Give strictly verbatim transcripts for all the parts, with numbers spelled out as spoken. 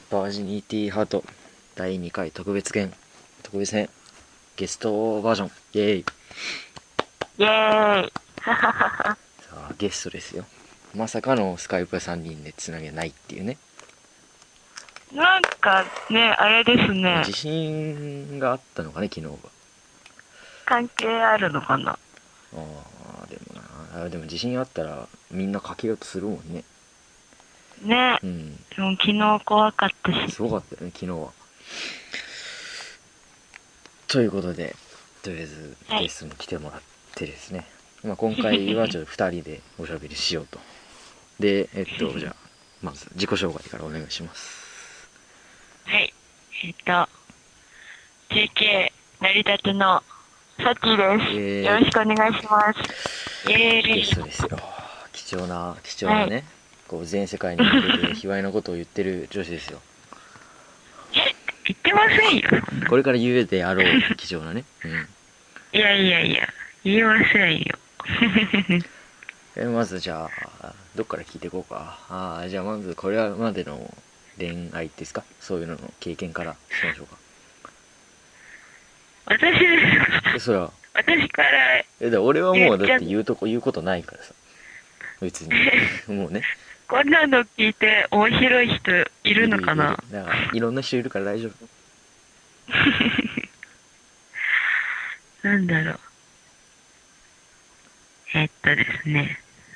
バージニティハートだいにかい特別編特別編ゲストバージョンイエーイ。 イエーイさあゲストですよ。まさかのスカイプさんにんでつなげないっていうね。 なんかね、あれですね。 地震があったのかね昨日は。 関係あるのかな。 あーでもなあでも地震あったらみんなかけようとするもんね。 ね。 うん、 でも昨日怖かったし。 すごかったよね昨日は。ということでとりあえずはい。 ゲストに来てもらってですね、まあ、今回はちょっとふたりでおしゃべりしようと。でえっとじゃあまず自己紹介からお願いします。 はい。えっと、中継、成り立てのさっきです。よえろしくお願いします。イエー、ゲストーイ。 ですよ。貴重な貴重はい。 なね、こう全世界に向けて卑猥なことを言ってる女子ですよ。 言ってませんよ、そんな。 これから言えであろう貴重なね。うん。 いやいやいや、言いませんよ。 えまずじゃあどっから聞いていこうか。ああじゃあまずこれまでの恋愛ですか、そういうのの経験からしましょうか。 私ですか？ えそれは私からえだ俺はもうだっ言っちゃって言うとこ言うことないからさ、別にもうね。 こんなの聞いて面白い人いるいるいるいる、 のかな？ だからいろんな人いるから大丈夫。 なんだろう。えっとですね。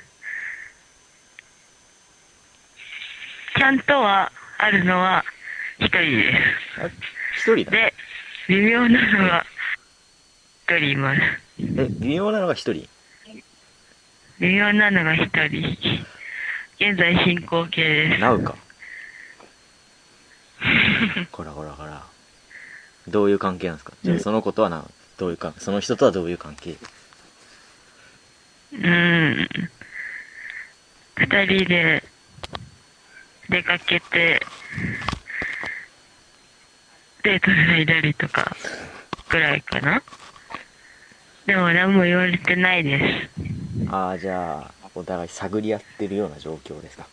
ちゃんとはあるのは一人であ一人す。 だ。 で、微妙なのが一人います。 え微妙なのが一人。 微妙なのが一人。現在進行形です。 なうか。こらこらこら。どういう関係なんですか、じゃあうん。 その子とはな、どういうかその人とはどういう関係。 うーん。二人で出かけてデートでいたりとかぐらいかな。でも何も言われてないです。 ああじゃあお互い探り合ってるような状況ですか。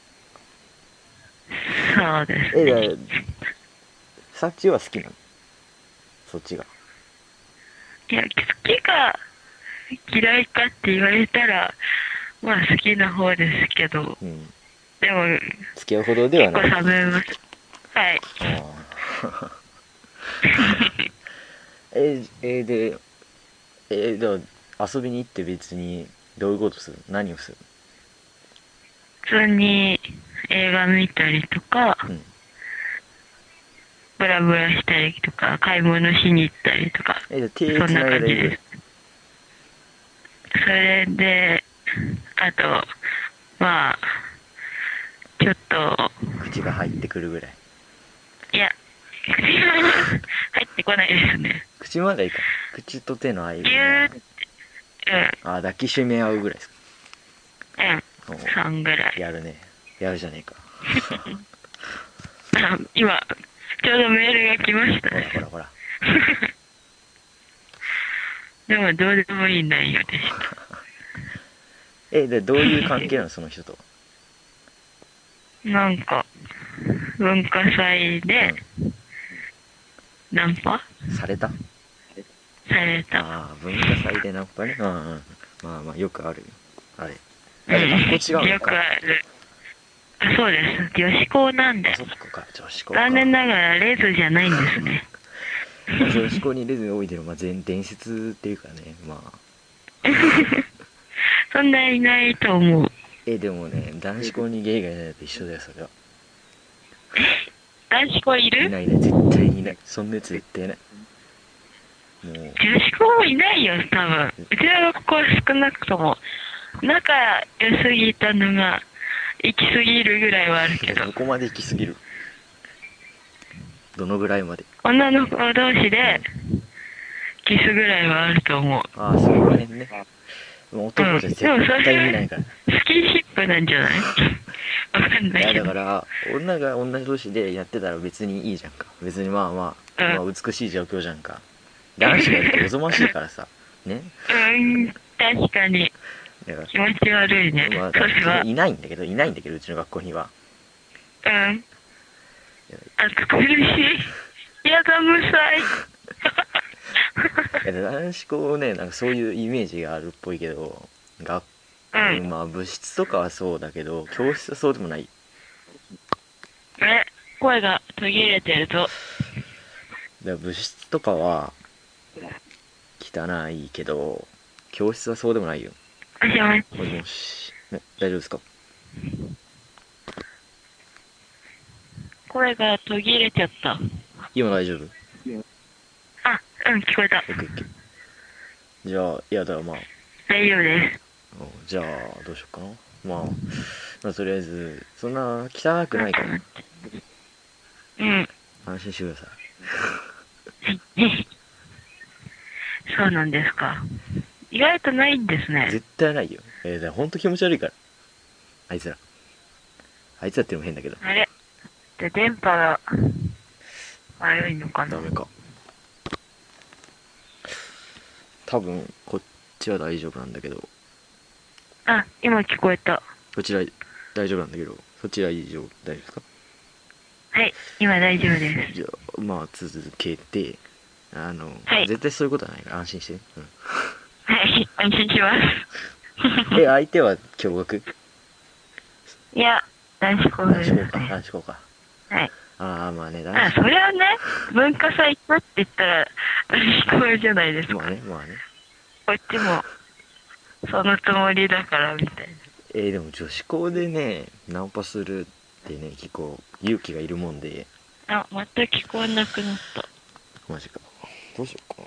そうですね。 えださっちは好きなの、そっちが。 いや、好きか嫌いかって言われたら、まあ好きな方ですけど、 うん、 でも付き合うほどでは結構ない。 冷めます。はい。 ああええでえでも遊びに行って別にどういうことする、何をする。 普通に映画見たりとか、 うん。 ブラブラしたりとか、買い物しに行ったりとか、 えじゃあ手そんなつなげ感じです。 られるぐらい。 それで、あと、まあ、ちょっと、 口が入ってくるぐらい。 いや、入ってこないですね。 口までいかない、口と手の間。 ぎゅーって、 あ抱きしめ合うぐらいですか。 うん、うん、 おそんぐらい。 やるね、やるじゃねえか。 あ、今、ちょうどメールが来ましたほらね。 ほらほら。 でも、どうでもいい内容でした。 えでどういう関係なのその人と。 なんか、文化祭で、 うん。 ナンパされた。 された。 ああ文化祭でナンパね。うんうん。まあまあよくあるよあれ。 うあじゃあ学校違ん。ようのか。 くある。あ、そうです。女子校なんで。 あそっかか女子校か。 残念ながらレズじゃないんですね。 まあ女子校にレズン多いでのまあ全伝説っていうかね、まあ。 そんないないと思う。 えでもね男子校にゲイがいないのと一緒だよそれは。 男子校いる？ いないいない絶対にいない、そんなやつ絶対いない。もう女子校もいないよ、多分。うちの学校は少なくとも。仲良すぎたのが、行き過ぎるぐらいはあるけど。 どこまで行き過ぎる、どのぐらいまで。 女の子同士で、キスぐらいはあると思う。 ああその辺ね。男じゃ絶うん。でもそ対見れは、 ないから。 スキンシップなんじゃない？わかんいやないけど。 だから女が女同士でやってたら別にいいじゃんか、別にまあまあ、まあ、 うん。 美しい状況じゃんか。男子がやるとおぞましいからさね。 うん、確かに。 だか気持ち悪いね。 らまあそれは。 基本いないんだけどいないんだけどうちの学校には。 うん。 暑苦しい。やだ、むさい。 いや男子校ね、なんかそういうイメージがあるっぽいけど、学うん。 まあ部室とかはそうだけど教室はそうでもない。 え、声が途切れてるぞ。 だから部室とかは汚いけど教室はそうでもないよ。 もしもし。 もしもし、ね、大丈夫ですか？ 声が途切れちゃった。 今大丈夫？ あ、うん、聞こえた。 オッケーオッケー。じゃあいやだからまあ大丈夫です。 じゃあどうしようかな。まあ、まあとりあえずそんな汚くないからうん。 安心してくださそうなんですか。意外とないんですい。 ね。 絶対ないよ。えー、だからほんと気持ち悪いからあいつらあいつらっていうのも変だけど。 あれで、電波が悪いのかな。 ダメか。多分こっちは大丈夫なんだけど、 あ、今聞こえた。 こちら大丈夫なんだけど、そちら以上大丈夫ですか？ はい、今大丈夫です。 じゃあまあ続けて、あの、 はい。 絶対そういうことはないから安心してね、 はい、安心しまうん、え相手は共学？ す。いや、男子校です男子校かね。 男子校か。 はい。 ああまあね男あ、 子それはね、文化祭行くって言ったら男子校じゃないですまあか。 ねまあね。 こっちもそのつもりだからみたいえー、でも女子校でねナンパするってね結構勇気がいるもんで。 な。あ、また聞こえなくなった。 マジか。どうしようか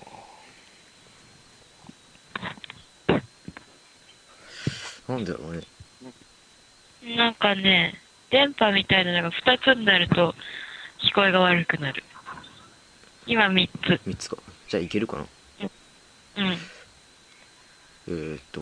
な。なんだろうね。 なんかね、電波みたいなのがふたつになると聞こえが悪くなる。今みっつ。 みっつか。じゃあいけるかな。 うん。 えー、っと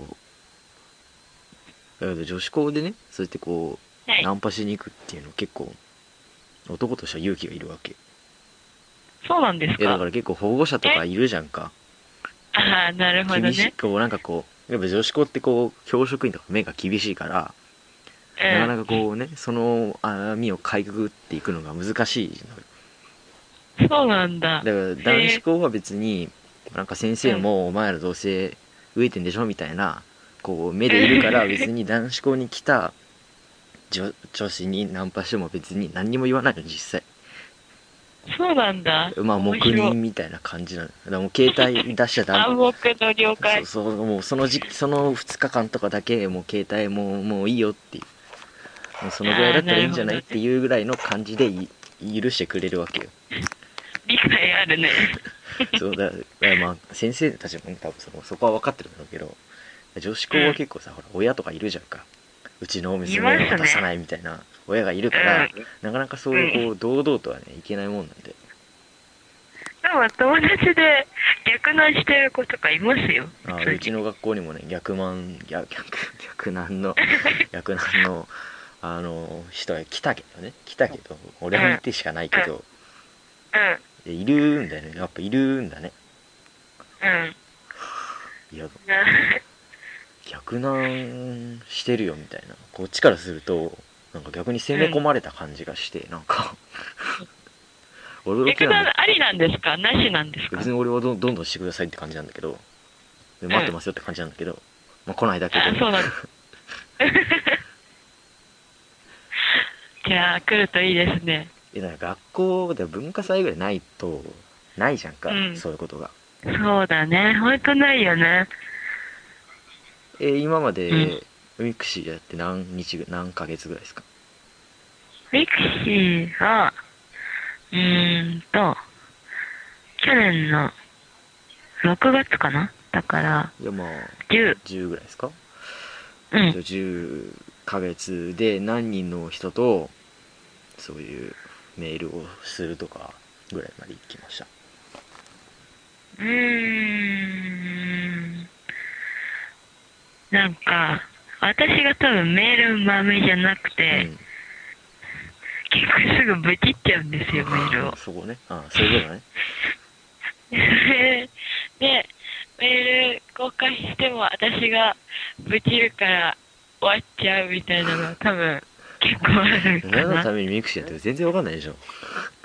だけど女子校でねそうやってこはい。 うナンパしに行くっていうの結構男としては勇気がいるわけ。 そうなんですえだかか？ ら結構保護者とえ、 かいるじゃんか。 ああ、なるほど厳しいね。 こうなんかこうやっぱ女子校ってこう教職員とか目が厳しいから、なかなかこうねその網をかいくぐっていくのが難しいのよ。 うん。そうなんだ。 だから男子へえ。 校は別になんか先生うん。 もお前らどうせ飢えてんでしょみたいなこう目でいるから別に男子校に来た女女子にナンパしても別に何にも言わないの実際。 そうなんだ。 まあ黙面白い。 認みたいな感じなのだからもう携帯出しちゃダメ。 暗黙の了解。 そうそうもうその時期そのふつかかんとかだけもう携帯ももういいよっていう、もうそのぐらいああ、 だったならいいんじゃないっるほどね。 ていうぐらいの感じでい許してくれるわけよ。 理解あるね。 そうだだからまあ先生たちもね多分そのそこは分かってるんだろうけど、女子校はうん。 結構さほら親とかいるじゃんか。うちのいま娘はすね。 渡さないみたいな親がいるから、 うん。 なかなかそううん。 いうこう堂々とはねいけないもんなんで。 でも友達で逆難してる子とかいますよ。 あ普通に。 うちの学校にもね逆満逆逆逆難の逆難のあの人が来たけどね来たけど俺は見てしかないけうん。 ど、 うん。 いるんだよねやっぱいるんだね。 うん。 いやな逆難してるよみたいなこっちからするとなんか逆に攻め込うん。 まれた感じがしてなんか驚き逆なんだ。 なありなんですか？なしなんですか？ 別に俺はどんどんどんしてくださいって感じなんだけど、でうん。 待ってますよって感じなんだけど、まあ、来ないだけであ、 ね。 そうなんだ。じゃあ来るといいですね。 いやだから学校で文化祭ぐらいないとないじゃんかうん。 そういうことが。 そうだね。ほんとないよね。 えー今まうん。 でミクシーやって何日ぐ何ヶ月ぐらいですか？ ミクシーは、うーんと、去年のろくがつかなだから、 いやまあじゅう。 じゅうぐらいですか？ うん。 じゃあじゅっかげつで何人の人とそういうメールをするとかぐらいまで行きました。 うーん。なんか、私が多分メール豆じゃなくて、 うん。 結構すぐブチっちゃうんですよ、メールを。 そこね。あそういうことね。 で、でメール交換しても私がブチるから終わっちゃうみたいなのは多分結構あるかな。 何のためにミクシーやってるか全然わかんないでしょ。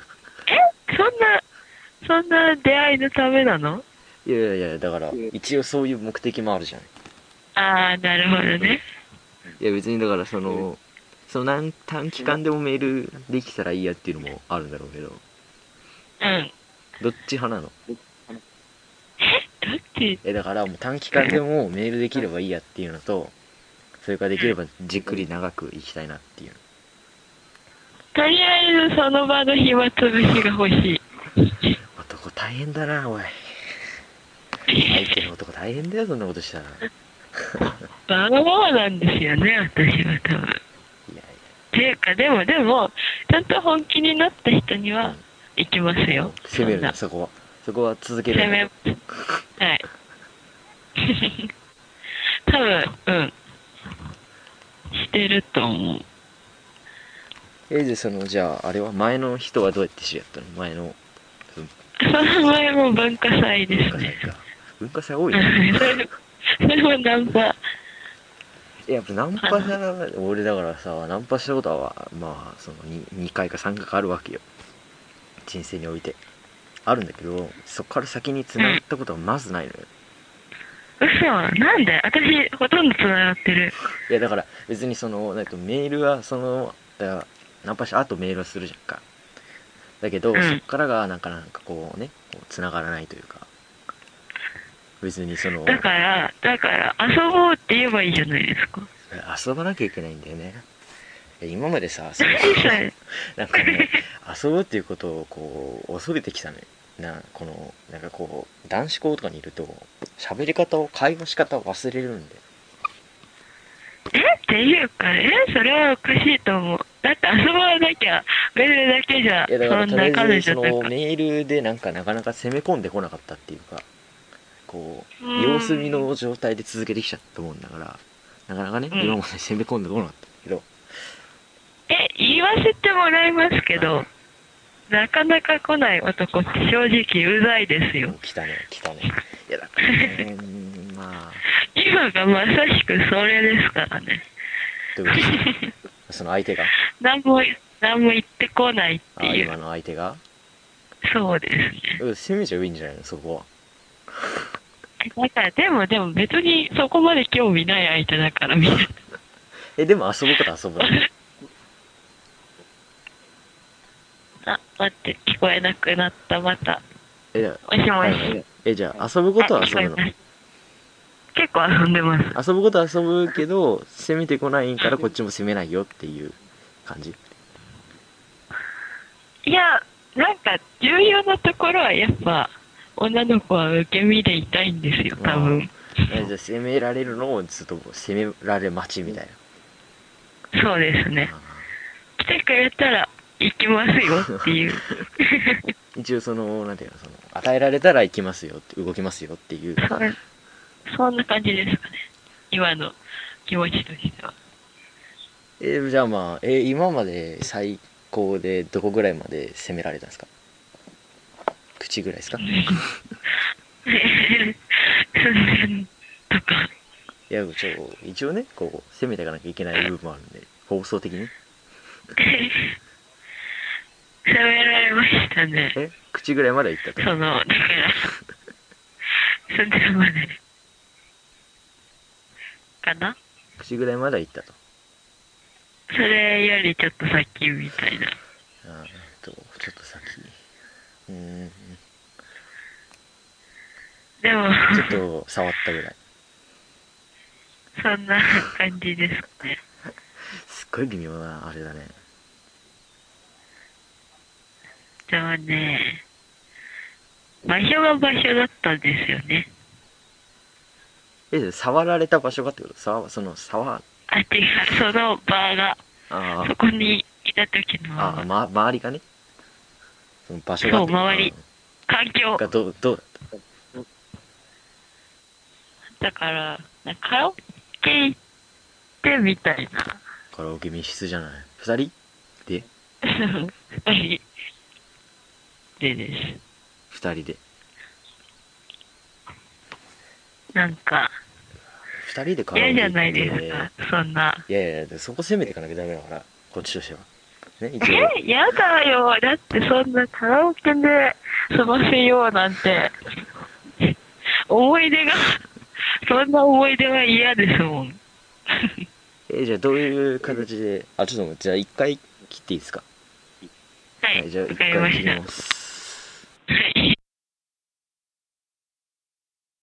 そんな出会いのためなの？ いやいやいや、だから一応そういう目的もあるじゃない。 ああ、なるほどね。 いや別にだからそのその短短期間でもメールできたらいいやっていうのもあるんだろうけど、 うん。 どっち派なの？ どっち？ えだからもう短期間でもメールできればいいやっていうのと、それからできればじっくり長く行きたいなっていう。 とりあえずその場の暇つぶしが欲しい。 男大変だなおい。相手の男大変だよそんなことしたら。 わがままなんですよね、私は多分。 いやいっていうか、でもでも、ちゃんと本気になった人にや、うはん、 行きますよ。 攻めるそんな。 ねそこは。そこは続けるんだ。 攻め、はい。多分、うん。してると思う。 えでそのじゃああれは前の人はどうやって知り合ったの？前のその前も文化祭で文すね。 化祭か。文化祭多いうな。 んそれ、それもナンパえやっぱナンかな。 パだ俺だからさ、ナンパしたことはまあその 2, にかいかさんかいかあるわけよ、人生において。あるんだけど、そこから先に繋がったことはまずないのよ。 嘘、なんで私、ほとんど繋がってる。 いやだから別にそのなんかメールはそのだからナンパした後メールはするじゃんか。だけどそっうん。 からがなんかなんかこうねこう繋がらないというか、別にそのだから、だから、遊ぼうって言えばいいじゃないですか。 遊ばなきゃいけないんだよね。今までさその何それ。 なんかね、遊ぶっていうことをこう恐れてきたのよ。なこのなんかこう男子校とかにいると喋り方を会話し方を忘れるんで。 えっていうか、えそれはおかしいと思う。だって遊ばなきゃ、メールだけじゃ、 いやだからとりあえそんな彼ずその女とか。 メールでなんかなかなか攻め込んでこなかったっていうか、こうう様子見ーん。 の状態で続けてきちゃったと思うんだから、なかなかねうん。 今まで攻め込んでこなかったんだけど。 え、言わせてもらいますけはい。 ど、なかなか来ない男って正直うざいですよ。 もう来たね来たね。いやだからね、うーんまあ今がまさしくそれですからね。 どういうことですか？その相手が、 何も、何も言ってこないっていう。 あ今の相手が、 そうですね。 うん攻めちゃいいんじゃないのそこは。 だから、でも、でも別にそこまで興味ない相手だから、みたいな。 えでも遊ぶことは遊ぶの？ あ、待って、聞こえなくなった、また。 えじゃもしもし。 あはいはい。えじゃあ遊ぶこあ、 とは遊ぶの？ 聞こえます。結構遊んでます。 遊ぶことは遊ぶけど攻めてこないからこっちも攻めないよっていう感じ？ いや、なんか、重要なところはやっぱ、女の子は受け身でいたいんですよ、多あ分。 あ、じゃあ攻められるのをずっと攻められ待ちみたいそうですね。 な。 来てくれたら行きますよっていう。 一応そのなんていうの、その与えられたら行きますよって動きますよっていう。 そそんな感じですかね。今の気持ちとしては。 えーじゃあまあ、えー今まで最高でどこぐらいまで攻められたんですか？口ぐらいですか？ 寸前とか。 いやちょ一応ねこう攻めていかなきゃいけない部分もあるんで、放送的に。 責められましたね。 え口ぐらいまで行ったと？ その、だから、寸前まで。かな。 口ぐらいまで行ったと。 それよりちょっと先みたいな。 あーえっとちょっと先、うーんでも、 ちょっと触ったぐらい。 そんな感じですね。 すっごい微妙なあれだね。 でもね、場所が場所だったんですよね。 え触られた場所がってこと？触その触あ、違う、その場が、 あそこにいた時のああ、 まま。 ま、周りがね、その場所がそう、 ってこと？ 周り、環境。 がどうどうだっだから、なんかカラオケ行ってみたいな。 た？カラオケ密室じゃない？二人で？ 二人でです。 二人でなんか、 二人でカラオケ行っ嫌じゃないですて。 か、そんな。 いやいやそこ攻めていかなきゃダメだからこっちとしては。 ね、一応。 え、やだよ。だってそんなカラオケで済ませようなんて、思い出が、そんな思い出は嫌ですもん。 え、じゃあどういう形で、あ、ちょっと待って、じゃあ一回切っていいですか？ はい、 はい、じゃあわかり一回ました。 切ります。